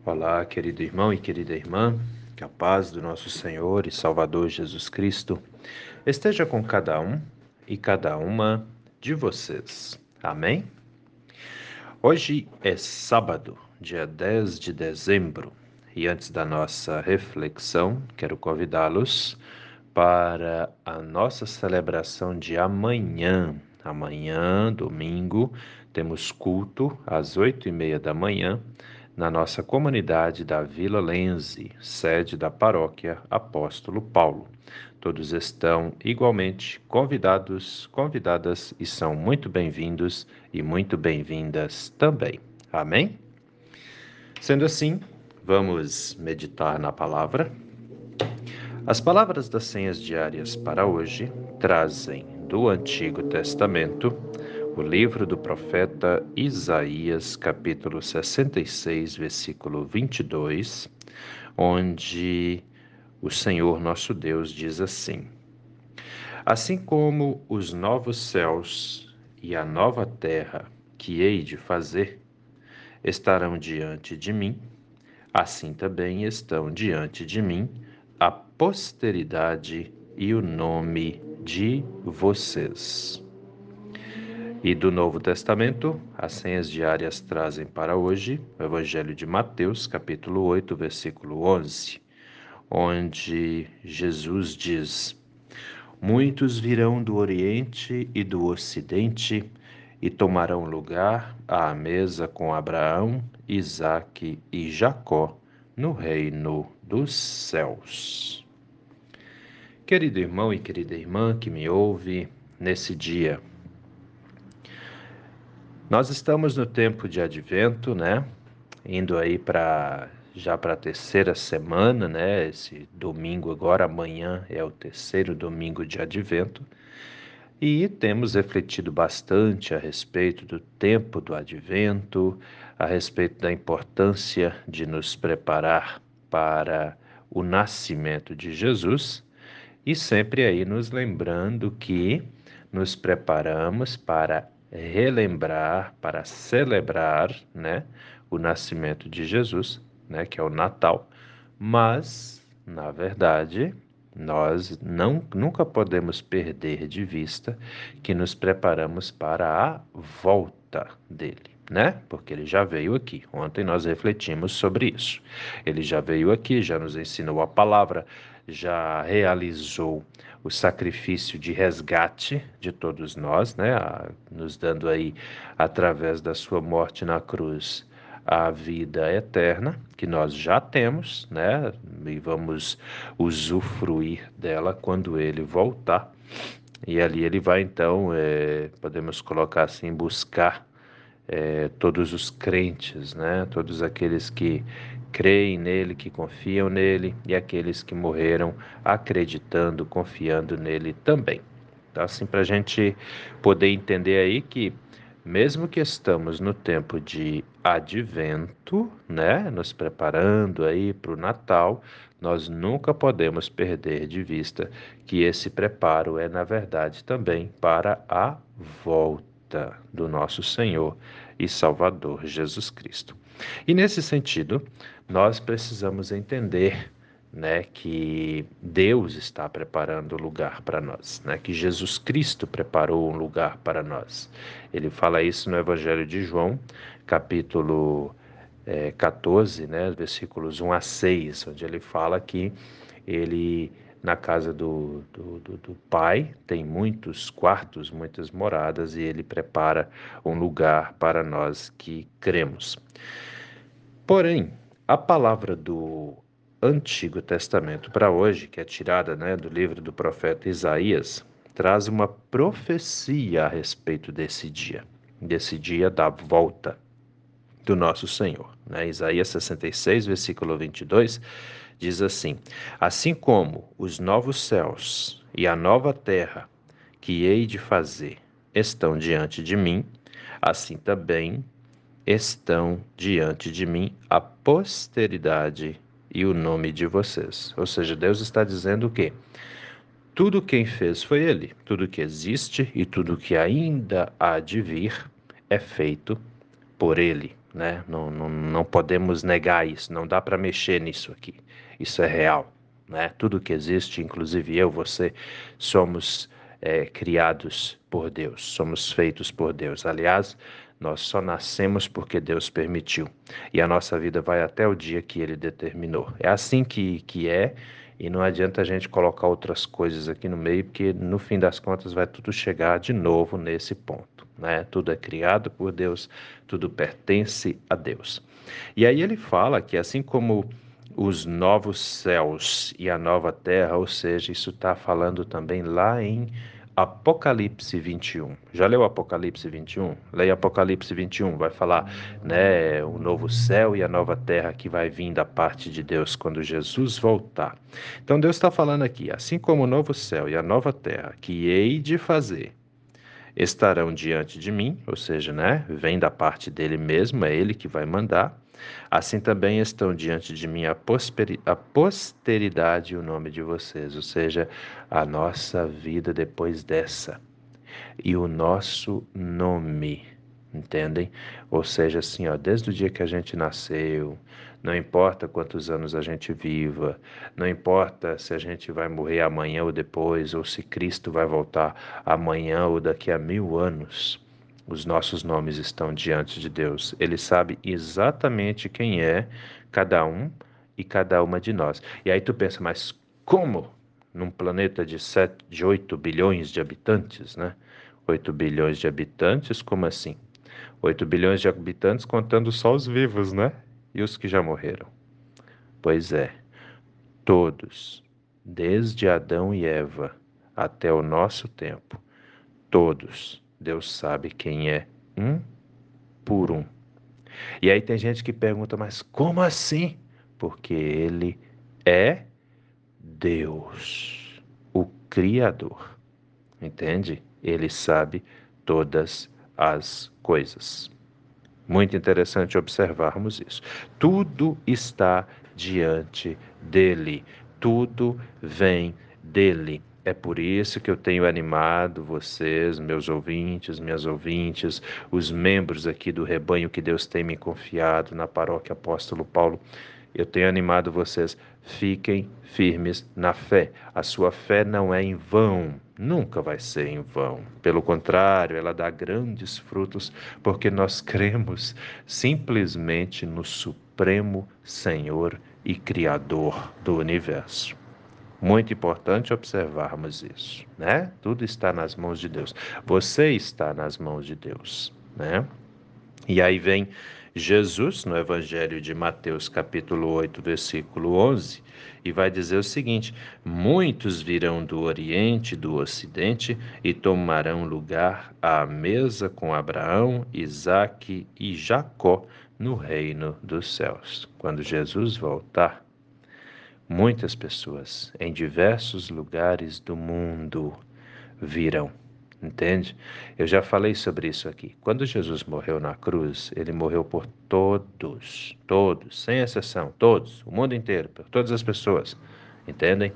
Olá, querido irmão e querida irmã, que a paz do nosso Senhor e Salvador Jesus Cristo esteja com cada um e cada uma de vocês. Amém? Hoje é sábado, dia 10 de dezembro, e antes da nossa reflexão, quero convidá-los para a nossa celebração de amanhã. Amanhã, domingo, temos culto às 8h30 da manhã na nossa comunidade da Vila Lense, sede da paróquia Apóstolo Paulo. Todos estão igualmente convidadas e são muito bem-vindos e muito bem-vindas também. Amém? Sendo assim, vamos meditar na palavra. As palavras das senhas diárias para hoje trazem do Antigo Testamento o livro do profeta Isaías, capítulo 66, versículo 22, onde o Senhor nosso Deus diz assim: Assim como os novos céus e a nova terra que hei de fazer estarão diante de mim, assim também estão diante de mim a posteridade e o nome de vocês. E do Novo Testamento, as senhas diárias trazem para hoje o Evangelho de Mateus, capítulo 8, versículo 11, onde Jesus diz: Muitos virão do Oriente e do Ocidente e tomarão lugar à mesa com Abraão, Isaque e Jacó no reino dos céus. Querido irmão e querida irmã que me ouve nesse dia, nós estamos no tempo de Advento, né? Indo aí já para a terceira semana, né? Esse domingo agora, amanhã é o terceiro domingo de Advento. E temos refletido bastante a respeito do tempo do Advento, a respeito da importância de nos preparar para o nascimento de Jesus e sempre aí nos lembrando que nos preparamos para relembrar, para celebrar, né, o nascimento de Jesus, né, que é o Natal, mas, na verdade, nós nunca podemos perder de vista que nos preparamos para a volta dele, né? Porque ele já veio aqui. Ontem nós refletimos sobre isso. Ele já veio aqui, já nos ensinou a palavra, já realizou o sacrifício de resgate de todos nós, né? Nos dando aí, através da sua morte na cruz, a vida eterna, que nós já temos, né? E vamos usufruir dela quando ele voltar. E ali ele vai, então, podemos colocar assim, buscar todos os crentes, né? Todos aqueles que creem nele, que confiam nele, e aqueles que morreram acreditando, confiando nele também. Então, assim, para a gente poder entender aí que, mesmo que estamos no tempo de advento, né, nos preparando aí para o Natal, nós nunca podemos perder de vista que esse preparo é, na verdade, também para a volta do nosso Senhor e Salvador Jesus Cristo. E nesse sentido, nós precisamos entender, né, que Deus está preparando o lugar para nós, né, que Jesus Cristo preparou um lugar para nós. Ele fala isso no Evangelho de João, capítulo 14, né, versículos 1 a 6, onde ele fala que ele, na casa do Pai, tem muitos quartos, muitas moradas, e ele prepara um lugar para nós que cremos. Porém, a palavra do Antigo Testamento para hoje, que é tirada, né, do livro do profeta Isaías, traz uma profecia a respeito desse dia da volta do nosso Senhor, né? Isaías 66, versículo 22, diz assim: Assim como os novos céus e a nova terra que hei de fazer estão diante de mim, assim também estão diante de mim a posteridade e o nome de vocês. Ou seja, Deus está dizendo que tudo quem fez foi Ele, tudo que existe e tudo que ainda há de vir é feito por Ele, né? Não podemos negar isso, não dá para mexer nisso aqui. Isso é real, né? Tudo que existe, inclusive eu, você, somos criados por Deus, somos feitos por Deus. Aliás, nós só nascemos porque Deus permitiu. E a nossa vida vai até o dia que Ele determinou. É assim que é, e não adianta a gente colocar outras coisas aqui no meio, porque no fim das contas vai tudo chegar de novo nesse ponto, né? Tudo é criado por Deus, tudo pertence a Deus. E aí ele fala que assim como os novos céus e a nova terra, ou seja, isso está falando também lá em Apocalipse 21. Já leu Apocalipse 21? Leia Apocalipse 21, vai falar, né, o novo céu e a nova terra que vai vir da parte de Deus quando Jesus voltar. Então Deus está falando aqui, assim como o novo céu e a nova terra que hei de fazer estarão diante de mim, ou seja, né, vem da parte dele mesmo, é ele que vai mandar. Assim também estão diante de mim a posteridade e o nome de vocês, ou seja, a nossa vida depois dessa e o nosso nome, entendem? Ou seja, assim, ó, desde o dia que a gente nasceu, não importa quantos anos a gente viva, não importa se a gente vai morrer amanhã ou depois, ou se Cristo vai voltar amanhã ou daqui a 1000 anos, os nossos nomes estão diante de Deus. Ele sabe exatamente quem é cada um e cada uma de nós. E aí tu pensa, mas como? Num planeta de 8 bilhões de habitantes, né? 8 bilhões de habitantes, como assim? 8 bilhões de habitantes contando só os vivos, né? E os que já morreram. Pois é, todos, desde Adão e Eva até o nosso tempo, todos, Deus sabe quem é, um por um. E aí tem gente que pergunta, mas como assim? Porque Ele é Deus, o Criador. Entende? Ele sabe todas as coisas. Muito interessante observarmos isso. Tudo está diante dele, tudo vem dele. É por isso que eu tenho animado vocês, meus ouvintes, minhas ouvintes, os membros aqui do rebanho que Deus tem me confiado na paróquia Apóstolo Paulo. Eu tenho animado vocês, fiquem firmes na fé. A sua fé não é em vão, nunca vai ser em vão. Pelo contrário, ela dá grandes frutos, porque nós cremos simplesmente no Supremo Senhor e Criador do universo. Muito importante observarmos isso, né? Tudo está nas mãos de Deus. Você está nas mãos de Deus, né? E aí vem Jesus no Evangelho de Mateus, capítulo 8, versículo 11, e vai dizer o seguinte: muitos virão do Oriente e do Ocidente e tomarão lugar à mesa com Abraão, Isaque e Jacó no reino dos céus. Quando Jesus voltar, muitas pessoas em diversos lugares do mundo virão. Entende? Eu já falei sobre isso aqui. Quando Jesus morreu na cruz, ele morreu por todos, todos, sem exceção, todos, o mundo inteiro, por todas as pessoas. Entendem?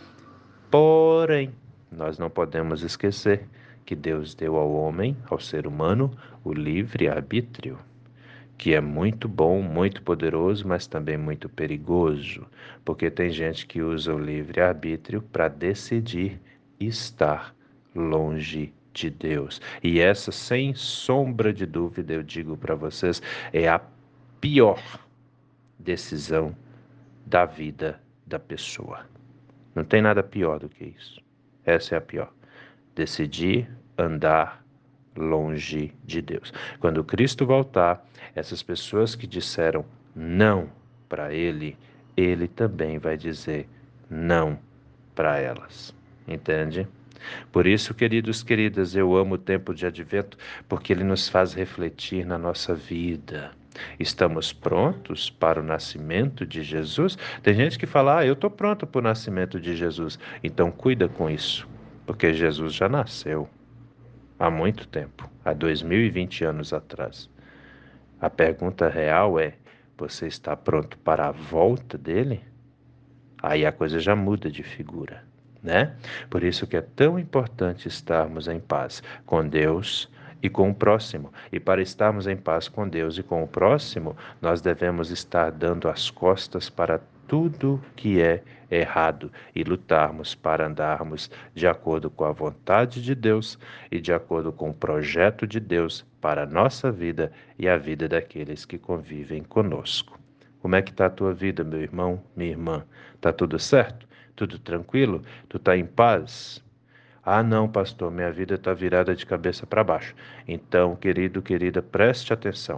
Porém, nós não podemos esquecer que Deus deu ao homem, ao ser humano, o livre-arbítrio, que é muito bom, muito poderoso, mas também muito perigoso, porque tem gente que usa o livre-arbítrio para decidir estar longe de Deus. E essa, sem sombra de dúvida, eu digo para vocês, é a pior decisão da vida da pessoa. Não tem nada pior do que isso. Essa é a pior. Decidir andar longe de Deus. Quando Cristo voltar, essas pessoas que disseram não para Ele, Ele também vai dizer não para elas. Entende? Por isso, queridos, queridas, eu amo o tempo de advento, porque ele nos faz refletir na nossa vida. Estamos prontos para o nascimento de Jesus? Tem gente que fala, eu estou pronto para o nascimento de Jesus. Então, cuida com isso, porque Jesus já nasceu há muito tempo, há 2020 anos atrás. A pergunta real é, você está pronto para a volta dele? Aí a coisa já muda de figura, né? Por isso que é tão importante estarmos em paz com Deus e com o próximo. E para estarmos em paz com Deus e com o próximo, nós devemos estar dando as costas para tudo que é errado e lutarmos para andarmos de acordo com a vontade de Deus e de acordo com o projeto de Deus para a nossa vida e a vida daqueles que convivem conosco. Como é que está a tua vida, meu irmão, minha irmã? Está tudo certo? Tudo tranquilo? Tu está em paz? Ah, não, pastor, minha vida está virada de cabeça para baixo. Então, querido, querida, preste atenção.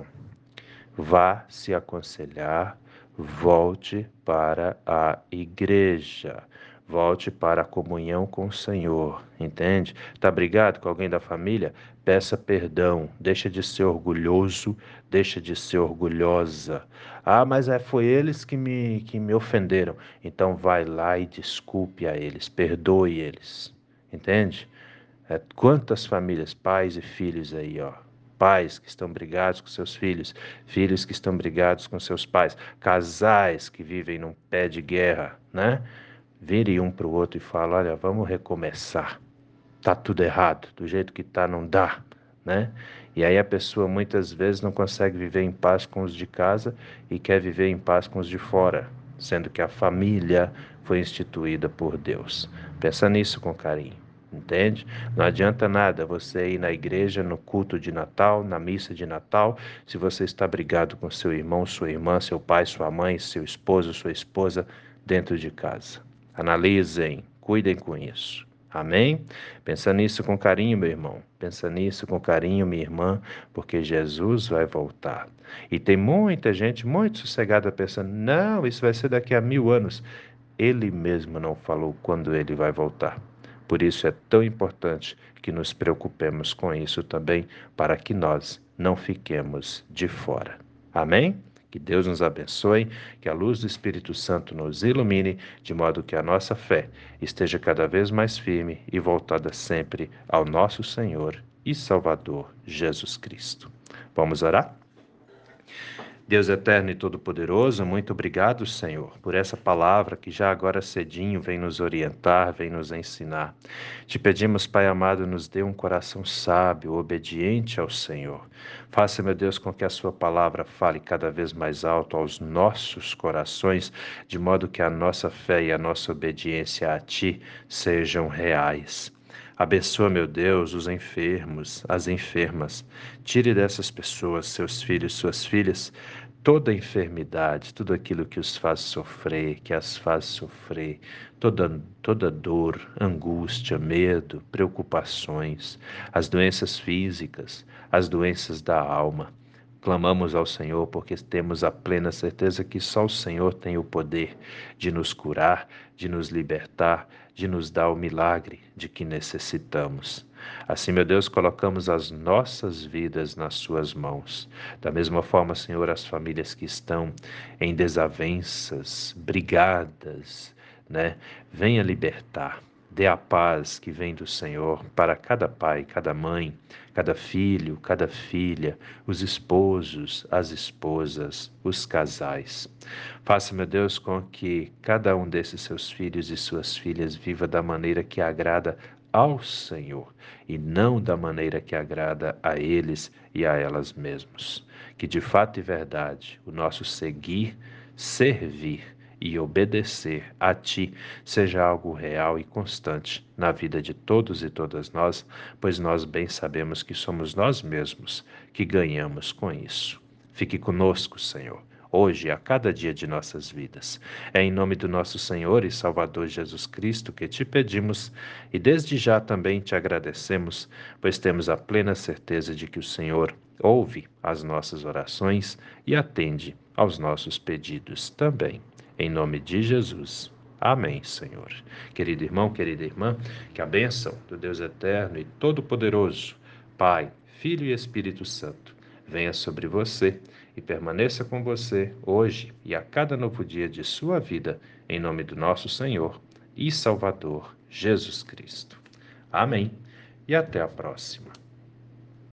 Vá se aconselhar, volte para a igreja, volte para a comunhão com o Senhor, entende? Tá brigado com alguém da família? Peça perdão, deixa de ser orgulhoso, deixa de ser orgulhosa. Ah, mas foi eles que me ofenderam. Então vai lá e desculpe a eles, perdoe eles, entende? Quantas famílias, pais e filhos aí, ó. Pais que estão brigados com seus filhos, filhos que estão brigados com seus pais, casais que vivem num pé de guerra, né? Vire um para o outro e fala, olha, vamos recomeçar. Tá tudo errado, do jeito que tá não dá, né? E aí a pessoa muitas vezes não consegue viver em paz com os de casa e quer viver em paz com os de fora, sendo que a família foi instituída por Deus. Pensa nisso com carinho. Entende? Não adianta nada você ir na igreja, no culto de Natal, na missa de Natal, se você está brigado com seu irmão, sua irmã, seu pai, sua mãe, seu esposo, sua esposa dentro de casa. Analisem, cuidem com isso. Amém? Pensa nisso com carinho, meu irmão. Pensa nisso com carinho, minha irmã, porque Jesus vai voltar. E tem muita gente muito sossegada pensando, não, isso vai ser daqui a 1000 anos. Ele mesmo não falou quando ele vai voltar. Por isso é tão importante que nos preocupemos com isso também, para que nós não fiquemos de fora. Amém? Que Deus nos abençoe, que a luz do Espírito Santo nos ilumine, de modo que a nossa fé esteja cada vez mais firme e voltada sempre ao nosso Senhor e Salvador Jesus Cristo. Vamos orar? Deus eterno e todo-poderoso, muito obrigado, Senhor, por essa palavra que já agora cedinho vem nos orientar, vem nos ensinar. Te pedimos, Pai amado, nos dê um coração sábio, obediente ao Senhor. Faça, meu Deus, com que a sua palavra fale cada vez mais alto aos nossos corações, de modo que a nossa fé e a nossa obediência a Ti sejam reais. Abençoa, meu Deus, os enfermos, as enfermas. Tire dessas pessoas, seus filhos, suas filhas, toda enfermidade, tudo aquilo que os faz sofrer, que as faz sofrer, toda dor, angústia, medo, preocupações, as doenças físicas, as doenças da alma. Clamamos ao Senhor porque temos a plena certeza que só o Senhor tem o poder de nos curar, de nos libertar, de nos dar o milagre de que necessitamos. Assim, meu Deus, colocamos as nossas vidas nas suas mãos. Da mesma forma, Senhor, as famílias que estão em desavenças, brigadas, né? Venha libertar. Dê a paz que vem do Senhor para cada pai, cada mãe, cada filho, cada filha, os esposos, as esposas, os casais. Faça, meu Deus, com que cada um desses seus filhos e suas filhas viva da maneira que agrada ao Senhor e não da maneira que agrada a eles e a elas mesmos. Que de fato e verdade o nosso seguir, servir e obedecer a Ti seja algo real e constante na vida de todos e todas nós, pois nós bem sabemos que somos nós mesmos que ganhamos com isso. Fique conosco, Senhor, hoje e a cada dia de nossas vidas. É em nome do nosso Senhor e Salvador Jesus Cristo que te pedimos e desde já também te agradecemos, pois temos a plena certeza de que o Senhor ouve as nossas orações e atende aos nossos pedidos também. Em nome de Jesus. Amém, Senhor. Querido irmão, querida irmã, que a bênção do Deus eterno e todo-poderoso, Pai, Filho e Espírito Santo, venha sobre você e permaneça com você hoje e a cada novo dia de sua vida, em nome do nosso Senhor e Salvador, Jesus Cristo. Amém. E até a próxima.